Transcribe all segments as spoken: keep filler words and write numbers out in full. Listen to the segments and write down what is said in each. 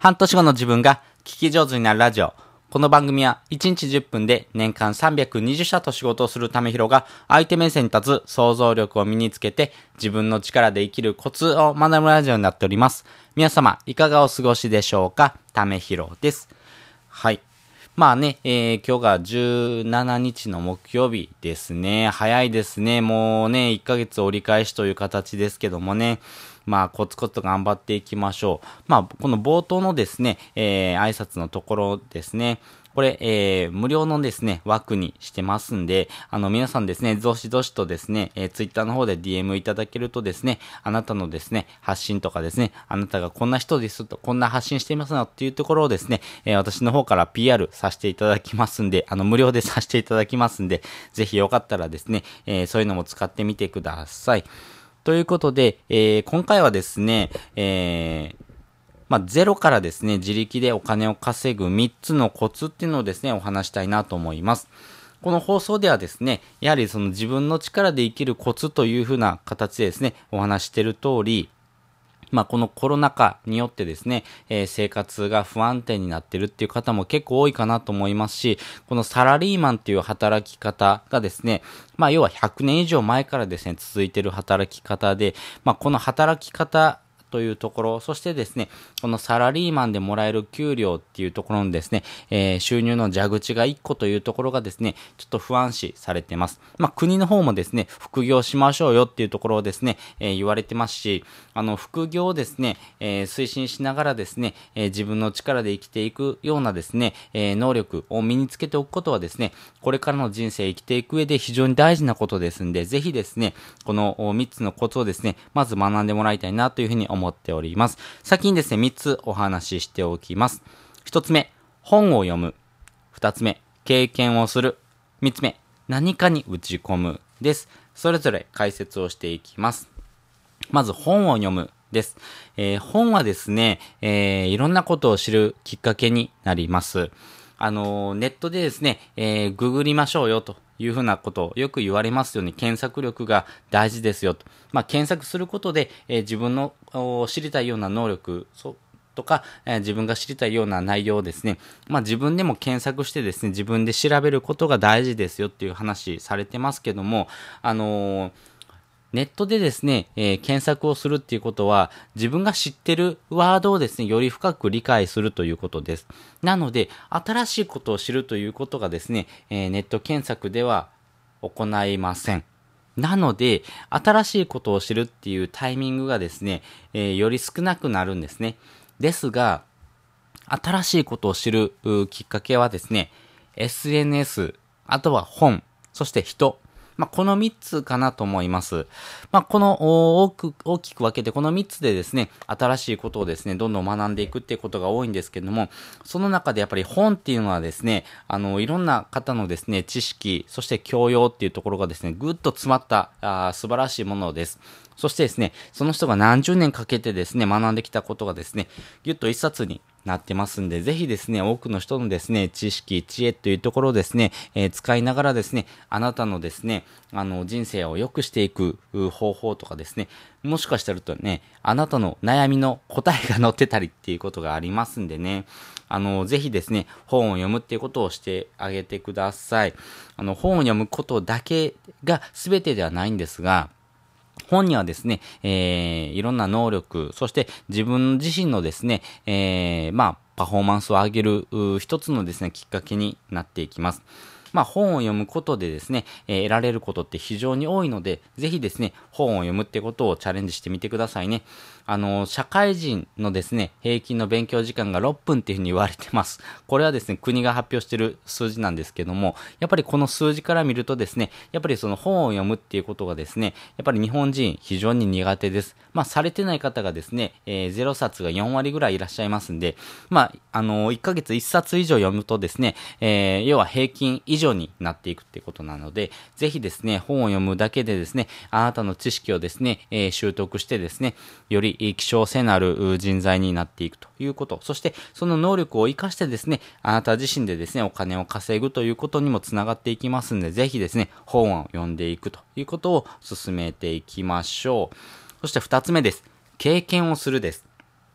半年後の自分が聞き上手になるラジオ。この番組はいちにちじゅっぷんで年間さんびゃくにじゅっしゃと仕事をするためひろが相手目線に立つ想像力を身につけて自分の力で生きるコツを学ぶラジオになっております。皆様いかがお過ごしでしょうか。ためひろです。はい。まあね、えー、今日がじゅうしちにちの木曜日ですね。早いですね。もうね、いっかげつ折り返しという形ですけどもね。まあ、コツコツと頑張っていきましょう。まあ、この冒頭のですね、えー、挨拶のところですね。これ、えー、無料のですね、枠にしてますんで、あの、皆さんですね、どしどしとですね、えー、ツイッターの方で ディーエム いただけるとですね、あなたのですね、発信とかですね、あなたがこんな人ですと、こんな発信していますよっていうところをですね、えー、私の方から ピーアール させていただきますんで、あの、無料でさせていただきますんで、ぜひよかったらですね、えー、そういうのも使ってみてください。ということで、えー、今回はですね、えー、まあ、ゼロからですね、自力でお金を稼ぐみっつのコツっていうのをですね、お話したいなと思います。この放送ではですね、やはりその自分の力で生きるコツというふうな形でですね、お話している通り、まあ、このコロナ禍によってですね、えー、生活が不安定になっているっていう方も結構多いかなと思いますし、このサラリーマンっていう働き方がですね、まあ、要はひゃくねん以上前からですね、続いている働き方で、まあ、この働き方というところ、そしてですね、このサラリーマンでもらえる給料っていうところのですね、えー、収入の蛇口がいっこというところがですね、ちょっと不安視されています。まあ、国の方もですね、副業しましょうよっていうところをですね、えー、言われてますし、あの、副業をですね、えー、推進しながらですね、えー、自分の力で生きていくようなですね、えー、能力を身につけておくことはですね、これからの人生生きていく上で非常に大事なことですんで、ぜひですね、このみっつのコツをですね、まず学んでもらいたいなというふうに思っております。先にですね、みっつお話ししておきます。ひとつめ、本を読む。ふたつめ、経験をする。みっつめ、何かに打ち込むです。それぞれ解説をしていきます。まず本を読むです。えー、本はですね、えー、いろんなことを知るきっかけになります。あのー、ネットでですね、えー、ググりましょうよというふうなことをよく言われますように、検索力が大事ですよと。まあ、検索することで、えー、自分の知りたいような能力、そうとか、えー、自分が知りたいような内容をですね、まあ自分でも検索してですね、自分で調べることが大事ですよっていう話されてますけども、あのー、ネットでですね、えー、検索をするっていうことは、自分が知ってるワードをですね、より深く理解するということです。なので、新しいことを知るということがですね、えー、ネット検索では行いません。なので、新しいことを知るっていうタイミングがですね、えー、より少なくなるんですね。ですが、新しいことを知るきっかけはですね、エスエヌエス、あとは本、そして人、まあ、このみっつかなと思います。まあ、この大く大きく分けてこのみっつでですね、新しいことをですね、どんどん学んでいくっていうことが多いんですけども、その中でやっぱり本っていうのはですね、あの、いろんな方のですね、知識、そして教養っていうところがですね、ぐっと詰まったあ素晴らしいものです。そしてですね、その人が何十年かけてですね、学んできたことがですね、ぎゅっと一冊になってますんで、ぜひですね、多くの人のですね、知識、知恵というところをですね、えー、使いながらですね、あなたのですね、あの、人生を良くしていく方法とかですね、もしかしたらとね、あなたの悩みの答えが載ってたりっていうことがありますんでね、あの、ぜひですね、本を読むっていうことをしてあげてください。あの、本を読むことだけが全てではないんですが、本にはですね、えー、いろんな能力、そして自分自身のですね、えー、まあ、パフォーマンスを上げる一つのですね、きっかけになっていきます。まあ、本を読むことでですね、えー、得られることって非常に多いので、ぜひですね、本を読むってことをチャレンジしてみてくださいね。あの、社会人のですね、平均の勉強時間がろっぷんっていうふうに言われてます。これはですね、国が発表している数字なんですけども、やっぱりこの数字から見るとですね、やっぱりその本を読むっていうことがですね、やっぱり日本人非常に苦手です。まあ、されてない方がですね、えー、ゼロさつがよんわりぐらいいらっしゃいますんで、まあ、あの、いっかげついっさつ以上読むとですね、えー、要は平均以上になっていくっていうことなので、ぜひですね、本を読むだけでですね、あなたの知識をですね、えー、習得してですね、より希少性のある人材になっていくということ、そしてその能力を生かしてですね、あなた自身でですね、お金を稼ぐということにもつながっていきますので、ぜひですね、本を読んでいくということを進めていきましょう。そして二つ目です。経験をするです。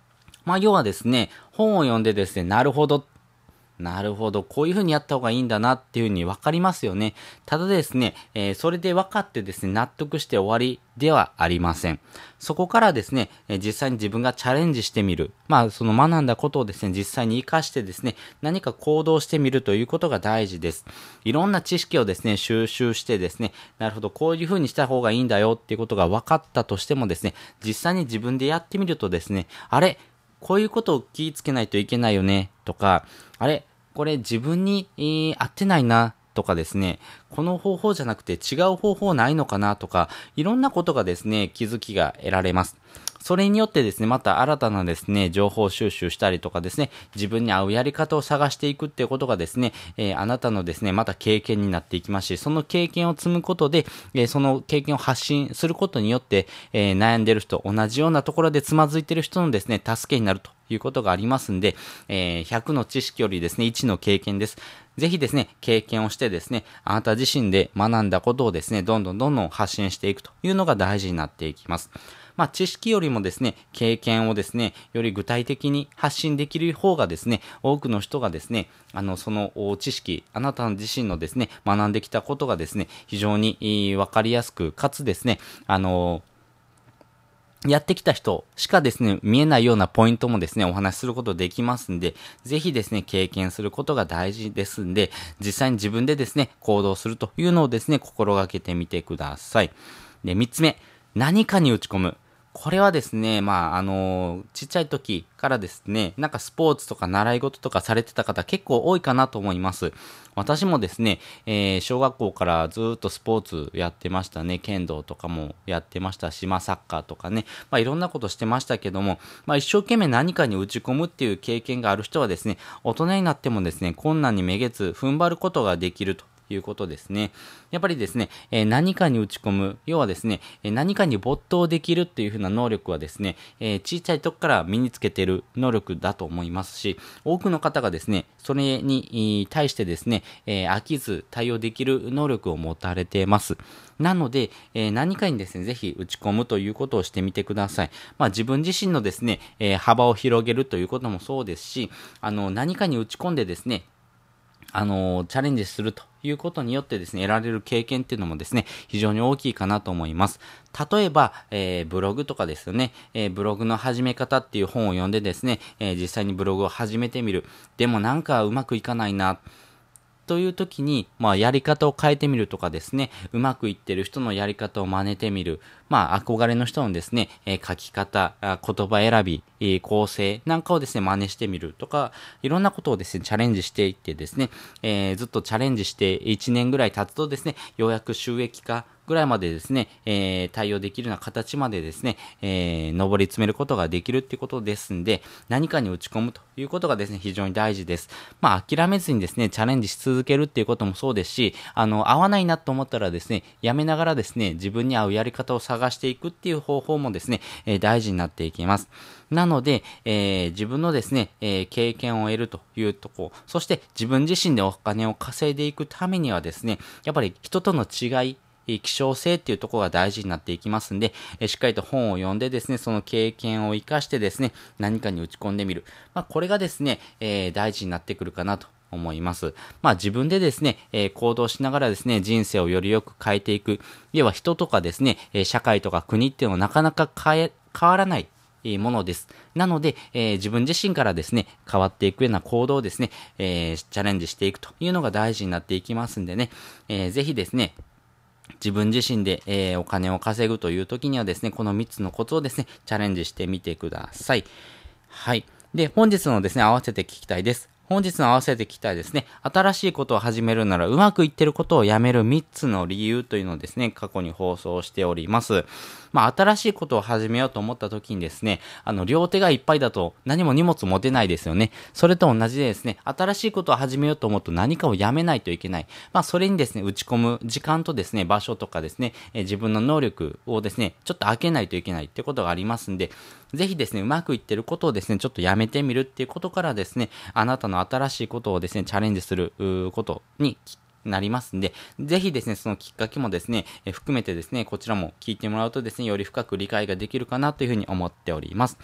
まあ、要はですね、本を読んでですね、なるほど、なるほど、こういう風にやった方がいいんだなっていう風に分かりますよね。ただですね、えー、それで分かってですね、納得して終わりではありません。そこからですね、えー、実際に自分がチャレンジしてみる。まあ、その学んだことをですね、実際に活かしてですね、何か行動してみるということが大事です。いろんな知識をですね、収集してですね、なるほど、こういう風にした方がいいんだよっていうことが分かったとしてもですね、実際に自分でやってみるとですね、あれ、こういうことを気をつけないといけないよね、とか、あれ、これ自分に、えー、合ってないな、とかですね、この方法じゃなくて違う方法ないのかな、とか、いろんなことがですね、気づきが得られます。それによってですね、また新たなですね、情報収集したりとかですね、自分に合うやり方を探していくっていうことがですね、えー、あなたのですね、また経験になっていきますし、その経験を積むことで、えー、その経験を発信することによって、えー、悩んでる人、同じようなところでつまずいてる人のですね、助けになるということがありますんで、えー、ひゃくの知識よりですね、いちの経験です。ぜひですね、経験をしてですね、あなた自身で学んだことをですね、どんどんどんどん発信していくというのが大事になっていきます。まあ、知識よりもですね、経験をですね、より具体的に発信できる方がですね、多くの人がですね、あの、その知識、あなた自身のですね、学んできたことがですね、非常にわかりやすく、かつですね、あの、やってきた人しかですね、見えないようなポイントもですね、お話しすることできますんで、ぜひですね、経験することが大事ですんで、実際に自分でですね、行動するというのをですね、心がけてみてください。で、三つ目、何かに打ち込む。これはですね、まあ、あのー、ちっちゃい時からですね、なんかスポーツとか習い事とかされてた方結構多いかなと思います。私もですね、えー、小学校からずっとスポーツやってましたね。剣道とかもやってましたし、まあサッカーとかね、まあいろんなことしてましたけども、まあ一生懸命何かに打ち込むっていう経験がある人はですね、大人になってもですね、困難にめげず踏ん張ることができるということですね。やっぱりですね、えー、何かに打ち込む、要はですね、えー、何かに没頭できるっていう風な能力はですね、えー、小さい時から身につけている能力だと思いますし、多くの方がですね、それに対してですね、えー、飽きず対応できる能力を持たれています。なので、えー、何かにですね、ぜひ打ち込むということをしてみてください。まあ自分自身のですね、えー、幅を広げるということもそうですし、あの、何かに打ち込んでですね、あの、チャレンジするということによってですね、得られる経験っていうのもですね、非常に大きいかなと思います。例えば、えー、ブログとかですよね、えー、ブログの始め方っていう本を読んでですね、えー、実際にブログを始めてみる。でもなんかうまくいかないな。という時に、まあ、やり方を変えてみるとかですね、うまくいってる人のやり方を真似てみる。まあ、憧れの人のですね、えー、書き方、言葉選び、えー、構成なんかをですね、真似してみるとか、いろんなことをですね、チャレンジしていってですね、えー、ずっとチャレンジしていちねんぐらい経つとですね、ようやく収益化ぐらいまでですね、えー、対応できるような形までですね、えー、上り詰めることができるっていうことですんで、何かに打ち込むということがですね、非常に大事です。まあ、諦めずにですね、チャレンジし続けるっていうこともそうですし、あの、合わないなと思ったらですね、やめながらですね、自分に合うやり方を探していくっていう方法もですね、えー、大事になっていきます。なので、えー、自分のですね、えー、経験を得るというところ、そして自分自身でお金を稼いでいくためにはですね、やっぱり人との違い、希少性っていうところが大事になっていきますんで、しっかりと本を読んでですね、その経験を活かしてですね、何かに打ち込んでみる。まあ、これがですね、えー、大事になってくるかなと思います。まあ自分でですね、えー、行動しながらですね、人生をよりよく変えていく。要は人とかですね、社会とか国っていうのはなかなか変え、変わらない。ものです。なので、えー、自分自身からですね、変わっていくような行動をですね、えー、チャレンジしていくというのが大事になっていきますんでね、えー、ぜひですね、自分自身で、えー、お金を稼ぐという時にはですね、このみっつのコツをですね、チャレンジしてみてください。はい。で、本日のですね、合わせて聞きたいです。本日の合わせて聞きたいですね。新しいことを始めるならうまくいってることをやめるみっつの理由というのをですね、過去に放送しております。まあ、新しいことを始めようと思った時にですね、あの、両手がいっぱいだと何も荷物持てないですよね。それと同じでですね、新しいことを始めようと思うと何かをやめないといけない。まあ、それにですね、打ち込む時間とですね、場所とかですね、え自分の能力をですね、ちょっと開けないといけないってことがありますんで、ぜひですね、うまくいってることをですね、ちょっとやめてみるっていうことからですね、あなたの新しいことをですね、チャレンジすることになりますんで、ぜひですね、そのきっかけもですね、え含めてですね、こちらも聞いてもらうとですね、より深く理解ができるかなというふうに思っております。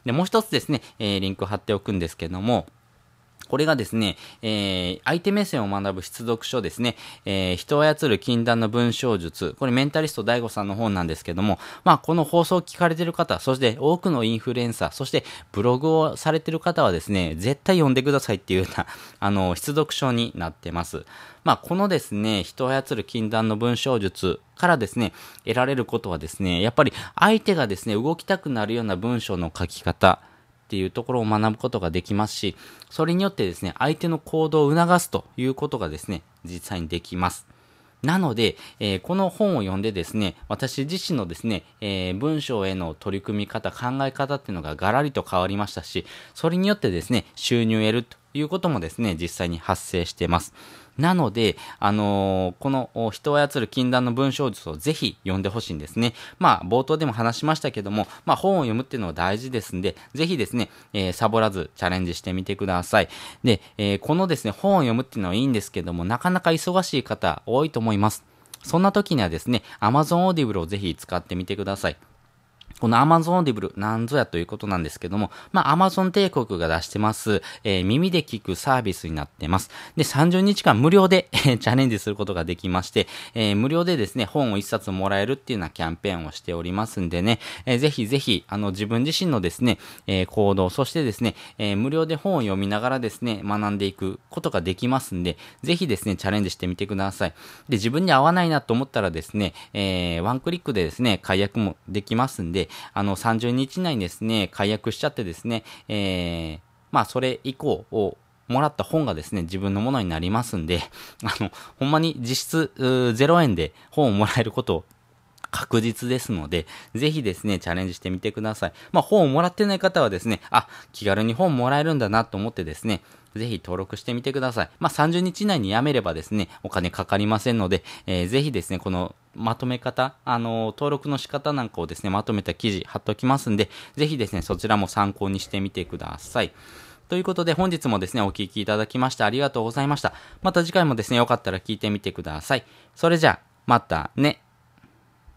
で、もう一つですね、えー、リンク貼っておくんですけども、これがですね、えー、相手目線を学ぶ必読書ですね、えー、人を操る禁断の文章術。これメンタリスト ダイゴ さんの本なんですけども、まあ、この放送を聞かれている方、そして多くのインフルエンサー、そしてブログをされている方はですね、絶対読んでくださいっていうような、あの、必読書になってます。まあ、このですね、人を操る禁断の文章術からですね、得られることはですね、やっぱり相手がですね、動きたくなるような文章の書き方、っていうところを学ぶことができますし、それによってですね、相手の行動を促すということがですね、実際にできます。なので、えー、この本を読んでですね、私自身のですね、えー、文章への取り組み方、考え方っていうのがガラリと変わりましたし、それによってですね、収入を得るということもですね、実際に発生しています。なので、あのー、この人を操る禁断の文章術をぜひ読んでほしいんですね。まあ、冒頭でも話しましたけども、まあ、本を読むっていうのは大事ですんで、ぜひですね、えー、サボらずチャレンジしてみてください。で、えー、このですね、本を読むっていうのはいいんですけども、なかなか忙しい方多いと思います。そんな時にはですね、Amazon Audible をぜひ使ってみてください。この Amazon Audible なんぞやということなんですけども、まあ Amazon 帝国が出してます、えー、耳で聞くサービスになってます。で、さんじゅうにちかん無料でチャレンジすることができまして、えー、無料でですね、本をいっさつもらえるっていうようなキャンペーンをしておりますんでね、えー、ぜひぜひ、あの、自分自身のですね、えー、行動、そしてですね、えー、無料で本を読みながらですね、学んでいくことができますんで、ぜひですね、チャレンジしてみてください。で、自分に合わないなと思ったらですね、えー、ワンクリックでですね、解約もできますんで、あの、さんじゅうにち以内にですね、解約しちゃってですね、えー、まあ、それ以降を、もらった本がですね、自分のものになりますんで、あの、ほんまに実質ゼロえんで本をもらえること確実ですので、ぜひですね、チャレンジしてみてください。まあ、本をもらってない方はですね、あ、気軽に本もらえるんだなと思ってですね、ぜひ登録してみてください。まあ、さんじゅうにち以内にやめればですね、お金かかりませんので、えー、ぜひですね、このまとめ方、あのー、登録の仕方なんかをですね、まとめた記事貼っておきますんで、ぜひですね、そちらも参考にしてみてください。ということで、本日もですね、お聞きいただきましてありがとうございました。また次回もですね、よかったら聞いてみてください。それじゃあ、またね。